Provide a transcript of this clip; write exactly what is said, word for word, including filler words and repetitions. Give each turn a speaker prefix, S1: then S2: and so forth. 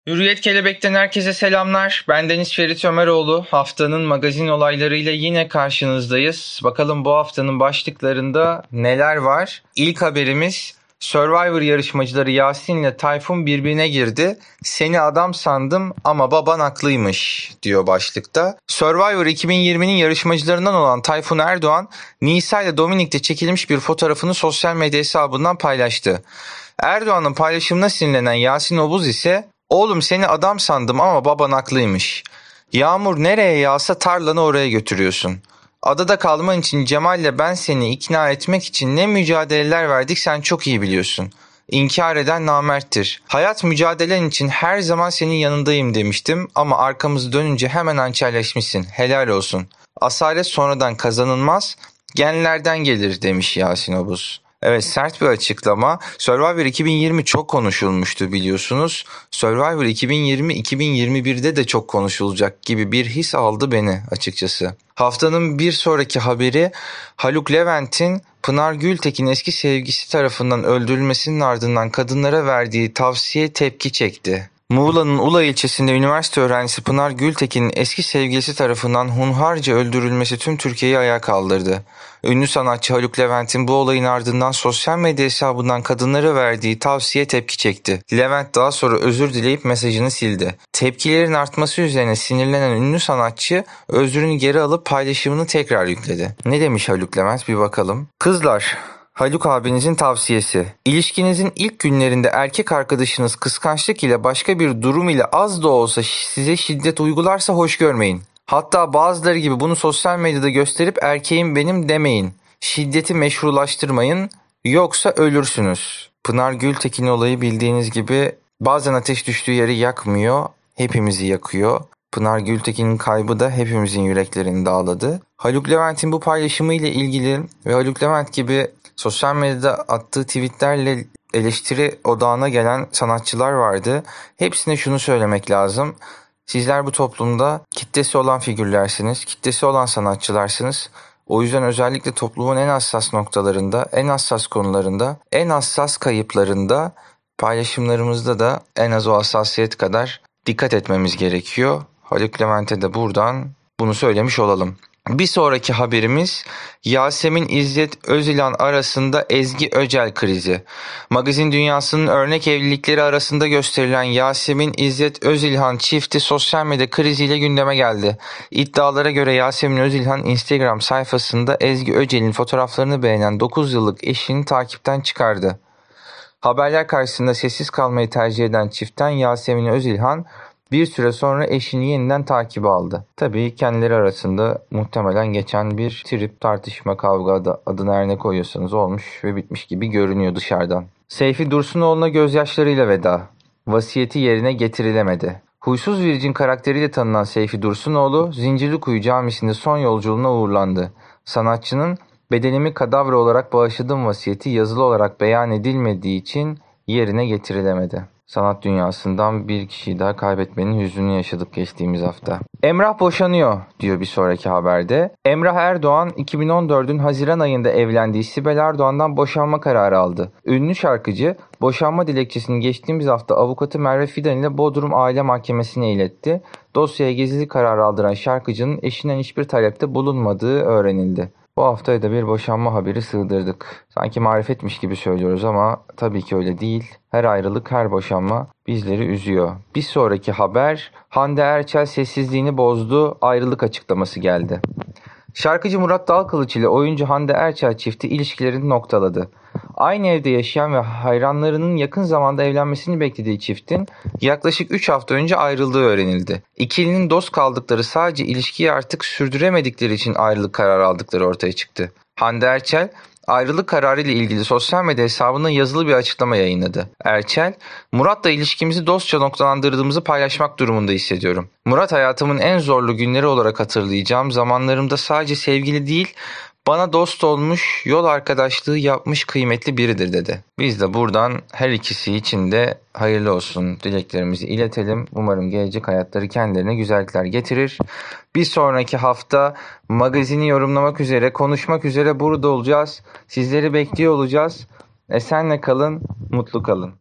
S1: Hürriyet Kelebek'ten herkese selamlar. Ben Deniz Ferit Ömeroğlu. Haftanın magazin olaylarıyla yine karşınızdayız. Bakalım bu haftanın başlıklarında neler var? İlk haberimiz Survivor yarışmacıları Yasin ile Tayfun birbirine girdi. Seni adam sandım ama baban haklıymış diyor başlıkta. Survivor iki bin yirminin yarışmacılarından olan Tayfun Erdoğan, Nisa ile Dominik'te çekilmiş bir fotoğrafını sosyal medya hesabından paylaştı. Erdoğan'ın paylaşımına sinirlenen Yasin Obuz ise "Oğlum seni adam sandım ama baban haklıymış. Yağmur nereye yağsa tarlanı oraya götürüyorsun. Adada kalman için Cemal'le ben seni ikna etmek için ne mücadeleler verdik sen çok iyi biliyorsun. İnkar eden namerttir. Hayat mücadelen için her zaman senin yanındayım demiştim ama arkamızı dönünce hemen hançerleşmişsin. Helal olsun. Asalet sonradan kazanılmaz, genlerden gelir" demiş Yasin Obuz. Evet, sert bir açıklama. Survivor iki bin yirmi çok konuşulmuştu biliyorsunuz. Survivor iki bin yirmi iki bin yirmi birde de çok konuşulacak gibi bir his aldı beni açıkçası. Haftanın bir sonraki haberi Haluk Levent'in Pınar Gültekin eski sevgisi tarafından öldürülmesinin ardından kadınlara verdiği tavsiye tepki çekti. Muğla'nın Ula ilçesinde üniversite öğrencisi Pınar Gültekin'in eski sevgilisi tarafından hunharca öldürülmesi tüm Türkiye'yi ayağa kaldırdı. Ünlü sanatçı Haluk Levent'in bu olayın ardından sosyal medya hesabından kadınlara verdiği tavsiye tepki çekti. Levent daha sonra özür dileyip mesajını sildi. Tepkilerin artması üzerine sinirlenen ünlü sanatçı özrünü geri alıp paylaşımını tekrar yükledi. Ne demiş Haluk Levent, bir bakalım. Kızlar, Haluk abinizin tavsiyesi. İlişkinizin ilk günlerinde erkek arkadaşınız kıskançlık ile başka bir durum ile az da olsa size şiddet uygularsa hoş görmeyin. Hatta bazıları gibi bunu sosyal medyada gösterip erkeğim benim demeyin. Şiddeti meşrulaştırmayın, yoksa ölürsünüz. Pınar Gültekin olayı bildiğiniz gibi bazen ateş düştüğü yeri yakmıyor, hepimizi yakıyor. Pınar Gültekin'in kaybı da hepimizin yüreklerini dağladı. Haluk Levent'in bu paylaşımı ile ilgili ve Haluk Levent gibi sosyal medyada attığı tweetlerle eleştiri odağına gelen sanatçılar vardı. Hepsine şunu söylemek lazım. Sizler bu toplumda kitlesi olan figürlersiniz, kitlesi olan sanatçılarsınız. O yüzden özellikle toplumun en hassas noktalarında, en hassas konularında, en hassas kayıplarında, paylaşımlarımızda da en az o hassasiyet kadar dikkat etmemiz gerekiyor. Haluk Levent'e de buradan bunu söylemiş olalım. Bir sonraki haberimiz Yasemin İzzet Özilhan arasında Ezgi Öcel krizi. Magazin dünyasının örnek evlilikleri arasında gösterilen Yasemin İzzet Özilhan çifti sosyal medya kriziyle gündeme geldi. İddialara göre Yasemin Özilhan Instagram sayfasında Ezgi Öcel'in fotoğraflarını beğenen dokuz yıllık eşini takipten çıkardı. Haberler karşısında sessiz kalmayı tercih eden çiftten Yasemin Özilhan bir süre sonra eşini yeniden takibe aldı. Tabii kendileri arasında muhtemelen geçen bir trip, tartışma, kavga adı, adını her ne koyuyorsanız olmuş ve bitmiş gibi görünüyor dışarıdan. Seyfi Dursunoğlu'na gözyaşlarıyla veda. Vasiyeti yerine getirilemedi. Huysuz Virgin karakteriyle tanınan Seyfi Dursunoğlu, Zincirlikuyu Camisi'nde son yolculuğuna uğurlandı. Sanatçının "Bedenimi kadavra olarak bağışladım" vasiyeti yazılı olarak beyan edilmediği için yerine getirilemedi. Sanat dünyasından bir kişiyi daha kaybetmenin hüznünü yaşadık geçtiğimiz hafta. Emrah boşanıyor diyor bir sonraki haberde. Emrah Erdoğan iki bin on dördün Haziran ayında evlendiği Sibel Erdoğan'dan boşanma kararı aldı. Ünlü şarkıcı boşanma dilekçesini geçtiğimiz hafta avukatı Merve Fidan ile Bodrum Aile Mahkemesi'ne iletti. Dosyaya gizlilik kararı aldıran şarkıcının eşinden hiçbir talepte bulunmadığı öğrenildi. Bu haftaya da bir boşanma haberi sığdırdık. Sanki marifetmiş gibi söylüyoruz ama tabii ki öyle değil. Her ayrılık, her boşanma bizleri üzüyor. Bir sonraki haber, Hande Erçel sessizliğini bozdu, ayrılık açıklaması geldi. Şarkıcı Murat Dalkılıç ile oyuncu Hande Erçel çifti ilişkilerini noktaladı. Aynı evde yaşayan ve hayranlarının yakın zamanda evlenmesini beklediği çiftin yaklaşık üç hafta önce ayrıldığı öğrenildi. İkilinin dost kaldıkları, sadece ilişkiyi artık sürdüremedikleri için ayrılık kararı aldıkları ortaya çıktı. Hande Erçel ayrılık kararı ile ilgili sosyal medya hesabından yazılı bir açıklama yayınladı. Erçel, "Murat'la ilişkimizi dostça noktalandırdığımızı paylaşmak durumunda hissediyorum. Murat hayatımın en zorlu günleri olarak hatırlayacağım zamanlarımda sadece sevgili değil, bana dost olmuş, yol arkadaşlığı yapmış kıymetli biridir" dedi. Biz de buradan her ikisi için de hayırlı olsun dileklerimizi iletelim. Umarım gelecek hayatları kendilerine güzellikler getirir. Bir sonraki hafta magazini yorumlamak üzere, konuşmak üzere burada olacağız. Sizleri bekliyor olacağız. Esenle kalın, mutlu kalın.